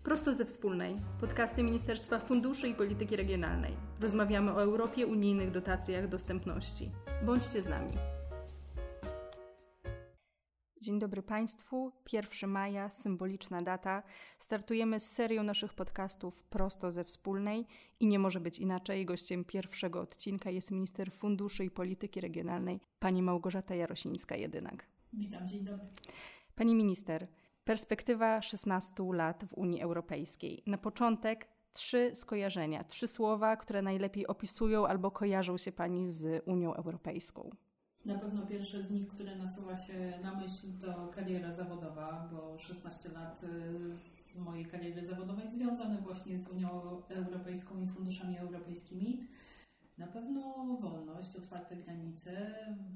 Prosto ze Wspólnej, podcasty Ministerstwa Funduszy i Polityki Regionalnej. Rozmawiamy o Europie, unijnych dotacjach, dostępności. Bądźcie z nami. Dzień dobry Państwu. 1 maja, symboliczna data. Startujemy z serią naszych podcastów Prosto ze Wspólnej i nie może być inaczej. Gościem pierwszego odcinka jest minister Funduszy i Polityki Regionalnej, pani Małgorzata Jarosińska-Jedynak. Witam, dzień dobry. Pani minister, perspektywa 16 lat w Unii Europejskiej. Na początek 3 skojarzenia, 3 słowa, które najlepiej opisują albo kojarzą się Pani z Unią Europejską. Na pewno pierwsze z nich, które nasuwa się na myśl, to kariera zawodowa, bo 16 lat z mojej kariery zawodowej związane właśnie z Unią Europejską i funduszami europejskimi. Na pewno wolność, otwarte granice,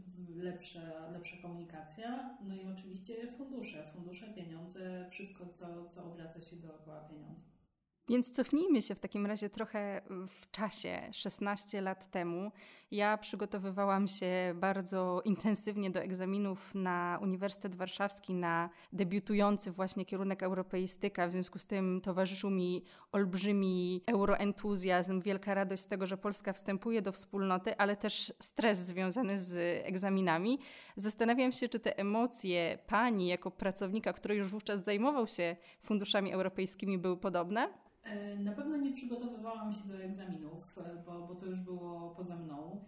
lepsza komunikacja, no i oczywiście fundusze, pieniądze, wszystko co obraca się dookoła pieniądza. Więc cofnijmy się w takim razie trochę w czasie, 16 lat temu. Ja przygotowywałam się bardzo intensywnie do egzaminów na Uniwersytet Warszawski, na debiutujący właśnie kierunek europeistyka. W związku z tym towarzyszył mi olbrzymi euroentuzjazm, wielka radość z tego, że Polska wstępuje do wspólnoty, ale też stres związany z egzaminami. Zastanawiam się, czy te emocje Pani jako pracownika, który już wówczas zajmował się funduszami europejskimi, były podobne? Na pewno nie przygotowywałam się do egzaminów, bo to już było poza mną.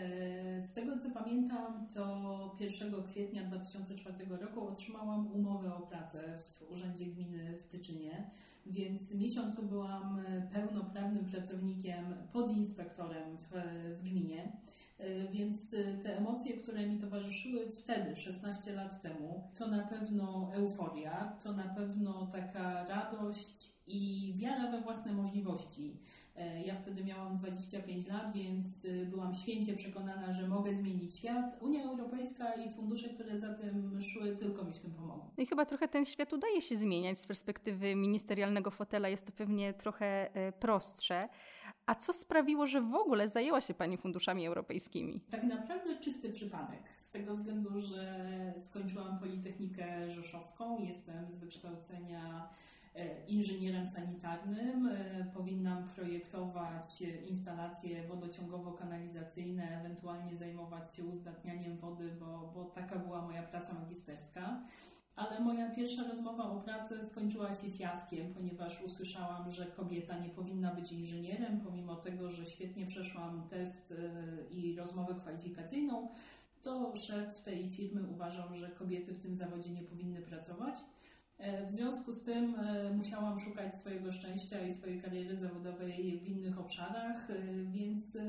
Z tego co pamiętam, to 1 kwietnia 2004 roku otrzymałam umowę o pracę w Urzędzie Gminy w Tyczynie, więc miesiąc byłam pełnoprawnym pracownikiem, podinspektorem w gminie. Więc te emocje, które mi towarzyszyły wtedy, 16 lat temu, to na pewno euforia, to na pewno taka radość i wiara we własne możliwości. Ja wtedy miałam 25 lat, więc byłam święcie przekonana, że mogę zmienić świat. Unia Europejska i fundusze, które za tym szły, tylko mi w tym pomogą. No i chyba trochę ten świat udaje się zmieniać. Z perspektywy ministerialnego fotela jest to pewnie trochę prostsze. A co sprawiło, że w ogóle zajęła się Pani funduszami europejskimi? Tak naprawdę czysty przypadek. Z tego względu, że skończyłam Politechnikę Rzeszowską. Jestem z wykształcenia inżynierem sanitarnym. Powinnam projektować instalacje wodociągowo-kanalizacyjne, ewentualnie zajmować się uzdatnianiem wody, bo taka była moja praca magisterska. Ale moja pierwsza rozmowa o pracę skończyła się fiaskiem, ponieważ usłyszałam, że kobieta nie powinna być inżynierem, pomimo tego, że świetnie przeszłam test i rozmowę kwalifikacyjną, to szef tej firmy uważał, że kobiety w tym zawodzie nie powinny pracować. W związku z tym musiałam szukać swojego szczęścia i swojej kariery zawodowej w innych obszarach, więc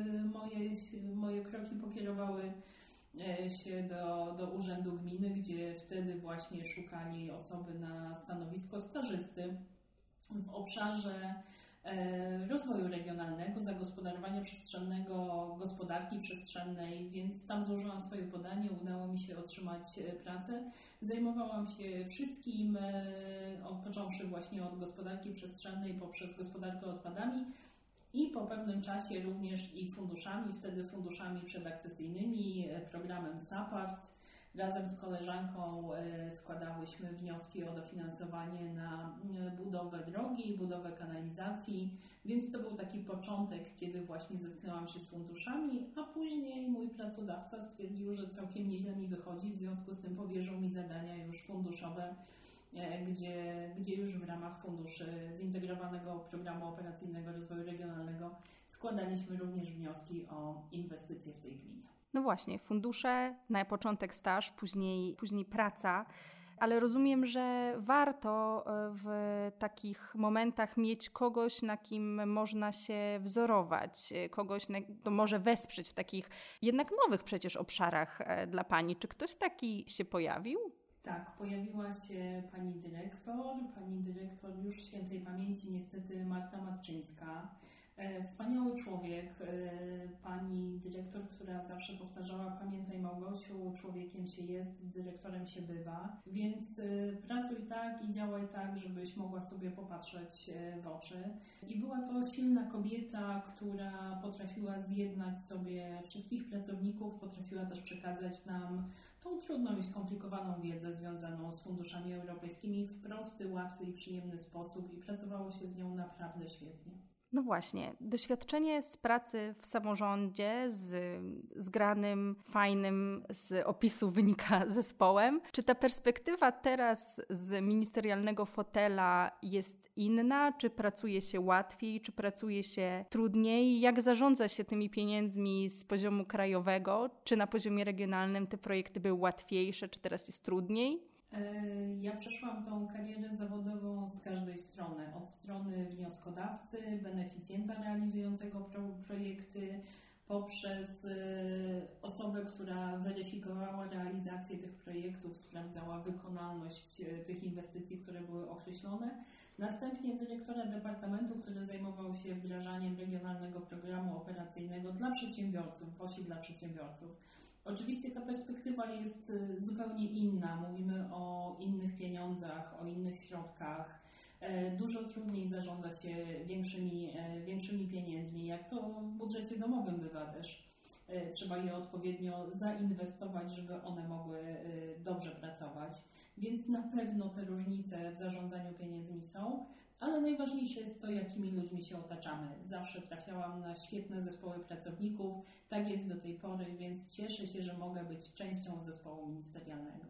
moje kroki pokierowały się do Urzędu Gminy, gdzie wtedy właśnie szukali osoby na stanowisko stażysty w obszarze rozwoju regionalnego, zagospodarowania przestrzennego, gospodarki przestrzennej, więc tam złożyłam swoje podanie, udało mi się otrzymać pracę. Zajmowałam się wszystkim, począwszy właśnie od gospodarki przestrzennej poprzez gospodarkę odpadami i po pewnym czasie również i funduszami, wtedy funduszami przedakcesyjnymi, programem SAPART. Razem z koleżanką składałyśmy wnioski o dofinansowanie na budowę drogi, budowę kanalizacji, więc to był taki początek, kiedy właśnie zetknęłam się z funduszami, a później mój pracodawca stwierdził, że całkiem nieźle mi wychodzi, w związku z tym powierzył mi zadania już funduszowe, gdzie już w ramach funduszy Zintegrowanego Programu Operacyjnego Rozwoju Regionalnego składaliśmy również wnioski o inwestycje w tej gminie. No właśnie, fundusze, na początek staż, później praca, ale rozumiem, że warto w takich momentach mieć kogoś, na kim można się wzorować, kogoś, kto może wesprzeć w takich jednak nowych przecież obszarach dla Pani. Czy ktoś taki się pojawił? Tak, pojawiła się pani dyrektor już świętej pamięci niestety Marta Matczyńska. Wspaniały człowiek, pani dyrektor, która zawsze powtarzała: pamiętaj Małgosiu, człowiekiem się jest, dyrektorem się bywa, więc pracuj tak i działaj tak, żebyś mogła sobie popatrzeć w oczy. I była to silna kobieta, która potrafiła zjednać sobie wszystkich pracowników, potrafiła też przekazać nam tą trudną i skomplikowaną wiedzę związaną z funduszami europejskimi w prosty, łatwy i przyjemny sposób i pracowało się z nią naprawdę świetnie. No właśnie, doświadczenie z pracy w samorządzie z zgranym, fajnym z opisu wynika zespołem. Czy ta perspektywa teraz z ministerialnego fotela jest inna? Czy pracuje się łatwiej? Czy pracuje się trudniej? Jak zarządza się tymi pieniędzmi z poziomu krajowego? Czy na poziomie regionalnym te projekty były łatwiejsze? Czy teraz jest trudniej? Ja przeszłam tą karierę zawodową z każdej strony. Od strony wnioskodawcy, beneficjenta realizującego projekty, poprzez osobę, która weryfikowała realizację tych projektów, sprawdzała wykonalność tych inwestycji, które były określone. Następnie dyrektora departamentu, który zajmował się wdrażaniem regionalnego programu operacyjnego dla przedsiębiorców, w osi dla przedsiębiorców. Oczywiście ta perspektywa jest zupełnie inna. Mówimy o innych pieniądzach, o innych środkach. Dużo trudniej zarządza się większymi pieniędzmi, jak to w budżecie domowym bywa też. Trzeba je odpowiednio zainwestować, żeby one mogły dobrze pracować. Więc na pewno te różnice w zarządzaniu pieniędzmi są. Ale najważniejsze jest to, jakimi ludźmi się otaczamy. Zawsze trafiałam na świetne zespoły pracowników, tak jest do tej pory, więc cieszę się, że mogę być częścią zespołu ministerialnego.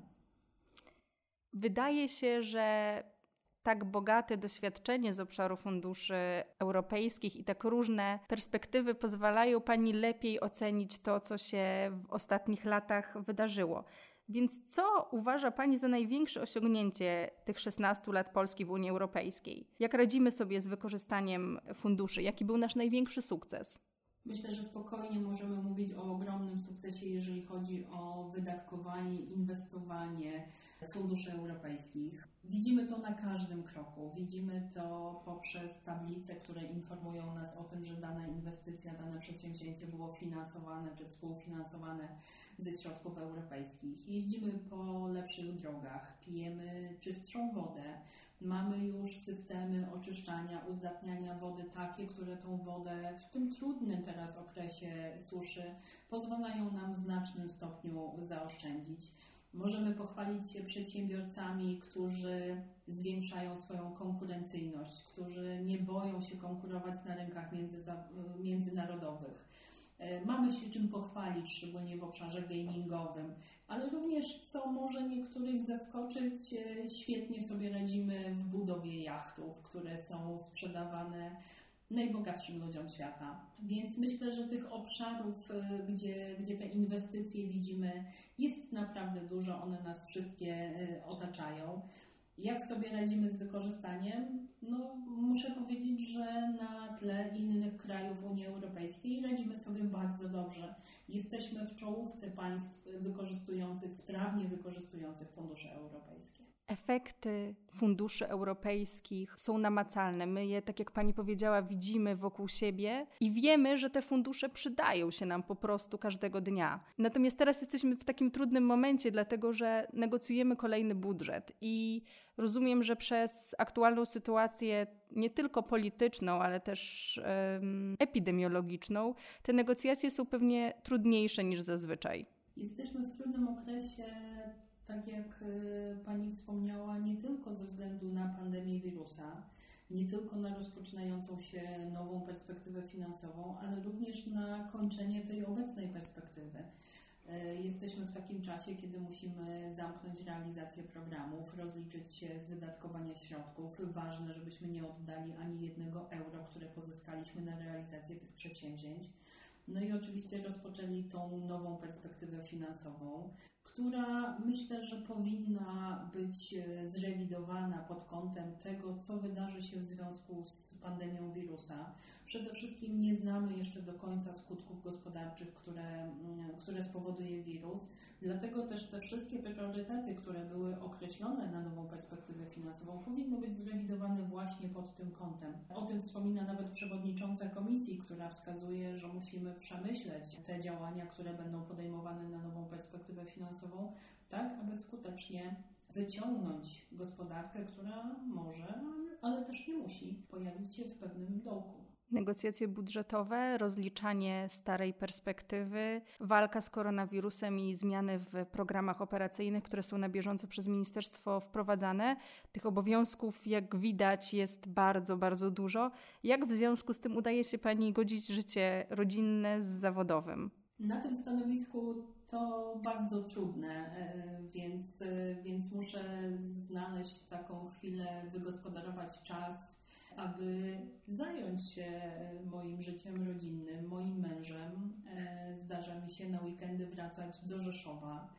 Wydaje się, że tak bogate doświadczenie z obszaru funduszy europejskich i tak różne perspektywy pozwalają Pani lepiej ocenić to, co się w ostatnich latach wydarzyło. Więc co uważa Pani za największe osiągnięcie tych 16 lat Polski w Unii Europejskiej? Jak radzimy sobie z wykorzystaniem funduszy? Jaki był nasz największy sukces? Myślę, że spokojnie możemy mówić o ogromnym sukcesie, jeżeli chodzi o wydatkowanie, inwestowanie funduszy europejskich. Widzimy to na każdym kroku. Widzimy to poprzez tablice, które informują nas o tym, że dana inwestycja, dane przedsięwzięcie było finansowane czy współfinansowane ze środków europejskich. Jeździmy po lepszych drogach, pijemy czystszą wodę. Mamy już systemy oczyszczania, uzdatniania wody takie, które tą wodę w tym trudnym teraz okresie suszy pozwalają nam w znacznym stopniu zaoszczędzić. Możemy pochwalić się przedsiębiorcami, którzy zwiększają swoją konkurencyjność, którzy nie boją się konkurować na rynkach międzynarodowych. Mamy się czym pochwalić, szczególnie w obszarze gamingowym, ale również, co może niektórych zaskoczyć, świetnie sobie radzimy w budowie jachtów, które są sprzedawane najbogatszym ludziom świata. Więc myślę, że tych obszarów, gdzie te inwestycje widzimy, jest naprawdę dużo, one nas wszystkie otaczają. Jak sobie radzimy z wykorzystaniem? No, muszę powiedzieć, że na tle innych krajów Unii Europejskiej radzimy sobie bardzo dobrze. Jesteśmy w czołówce państw sprawnie wykorzystujących fundusze europejskie. Efekty funduszy europejskich są namacalne. My je, tak jak Pani powiedziała, widzimy wokół siebie i wiemy, że te fundusze przydają się nam po prostu każdego dnia. Natomiast teraz jesteśmy w takim trudnym momencie, dlatego że negocjujemy kolejny budżet i rozumiem, że przez aktualną sytuację nie tylko polityczną, ale też epidemiologiczną, te negocjacje są pewnie trudniejsze niż zazwyczaj. Jesteśmy w trudnym okresie. Tak jak Pani wspomniała, nie tylko ze względu na pandemię wirusa, nie tylko na rozpoczynającą się nową perspektywę finansową, ale również na kończenie tej obecnej perspektywy. Jesteśmy w takim czasie, kiedy musimy zamknąć realizację programów, rozliczyć się z wydatkowania środków. Ważne, żebyśmy nie oddali ani jednego euro, które pozyskaliśmy na realizację tych przedsięwzięć. No i oczywiście rozpoczęli tą nową perspektywę finansową, która myślę, że powinna być zrewidowana pod kątem tego, co wydarzy się w związku z pandemią wirusa. Przede wszystkim nie znamy jeszcze do końca skutków gospodarczych, które spowoduje wirus. Dlatego też te wszystkie priorytety, które były określone na nową perspektywę finansową powinno być zrewidowane właśnie pod tym kątem. O tym wspomina nawet przewodnicząca komisji, która wskazuje, że musimy przemyśleć te działania, które będą podejmowane na nową perspektywę finansową, tak aby skutecznie wyciągnąć gospodarkę, która może, ale też nie musi pojawić się w pewnym dołku. Negocjacje budżetowe, rozliczanie starej perspektywy, walka z koronawirusem i zmiany w programach operacyjnych, które są na bieżąco przez ministerstwo wprowadzane. Tych obowiązków, jak widać, jest bardzo, bardzo dużo. Jak w związku z tym udaje się Pani godzić życie rodzinne z zawodowym? Na tym stanowisku to bardzo trudne, więc muszę znaleźć taką chwilę, wygospodarować czas, aby zająć się moim życiem rodzinnym, moim mężem. Zdarza mi się na weekendy wracać do Rzeszowa.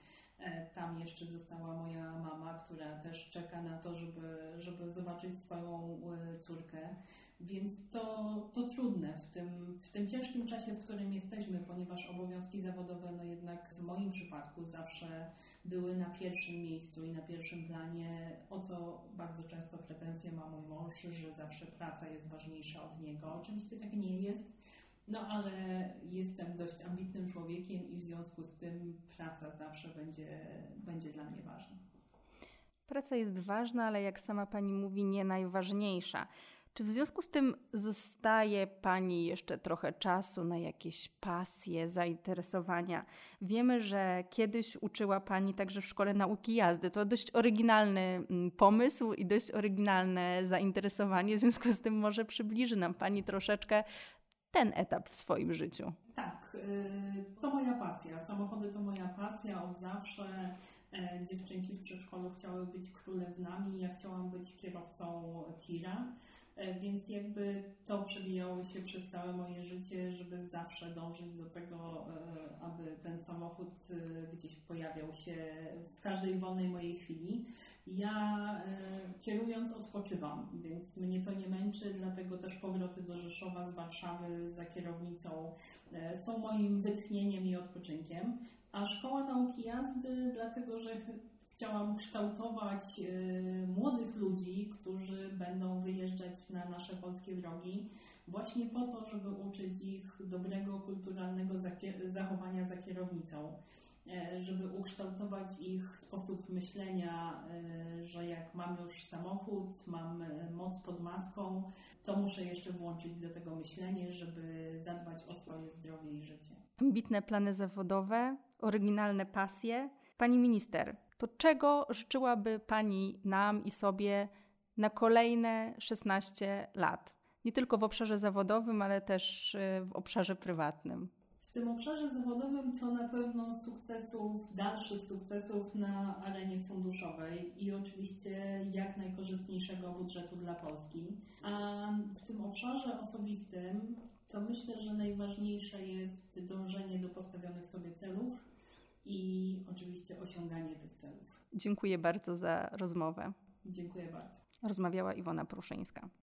Tam jeszcze została moja mama, która też czeka na to, żeby zobaczyć swoją córkę. Więc to trudne w tym ciężkim czasie, w którym jesteśmy, ponieważ obowiązki zawodowe jednak w moim przypadku zawsze były na pierwszym miejscu i na pierwszym planie, o co bardzo często pretensje ma mój mąż, że zawsze praca jest ważniejsza od niego. Oczywiście tak nie jest, ale jestem dość ambitnym człowiekiem i w związku z tym praca zawsze będzie dla mnie ważna. Praca jest ważna, ale jak sama Pani mówi, nie najważniejsza. Czy w związku z tym zostaje Pani jeszcze trochę czasu na jakieś pasje, zainteresowania? Wiemy, że kiedyś uczyła Pani także w Szkole Nauki Jazdy. To dość oryginalny pomysł i dość oryginalne zainteresowanie. W związku z tym może przybliży nam Pani troszeczkę ten etap w swoim życiu. Tak, to moja pasja. Samochody to moja pasja od zawsze. Dziewczynki w przedszkolu chciały być królewnami, ja chciałam być kierowcą tira. Więc jakby to przewijało się przez całe moje życie, żeby zawsze dążyć do tego, aby ten samochód gdzieś pojawiał się w każdej wolnej mojej chwili. Ja kierując odpoczywam, więc mnie to nie męczy, dlatego też powroty do Rzeszowa z Warszawy za kierownicą są moim wytchnieniem i odpoczynkiem. A Szkoła Nauki Jazdy, dlatego że chciałam kształtować młodych ludzi, którzy będą wyjeżdżać na nasze polskie drogi, właśnie po to, żeby uczyć ich dobrego, kulturalnego zachowania za kierownicą, żeby ukształtować ich sposób myślenia, że jak mam już samochód, mam moc pod maską, to muszę jeszcze włączyć do tego myślenie, żeby zadbać o swoje zdrowie i życie. Ambitne plany zawodowe, oryginalne pasje. Pani minister, to czego życzyłaby Pani nam i sobie na kolejne 16 lat? Nie tylko w obszarze zawodowym, ale też w obszarze prywatnym. W tym obszarze zawodowym to na pewno dalszych sukcesów na arenie funduszowej i oczywiście jak najkorzystniejszego budżetu dla Polski. A w tym obszarze osobistym to myślę, że najważniejsze jest dążenie do postawionych sobie celów i oczywiście osiąganie tych celów. Dziękuję bardzo za rozmowę. Dziękuję bardzo. Rozmawiała Iwona Pruszyńska.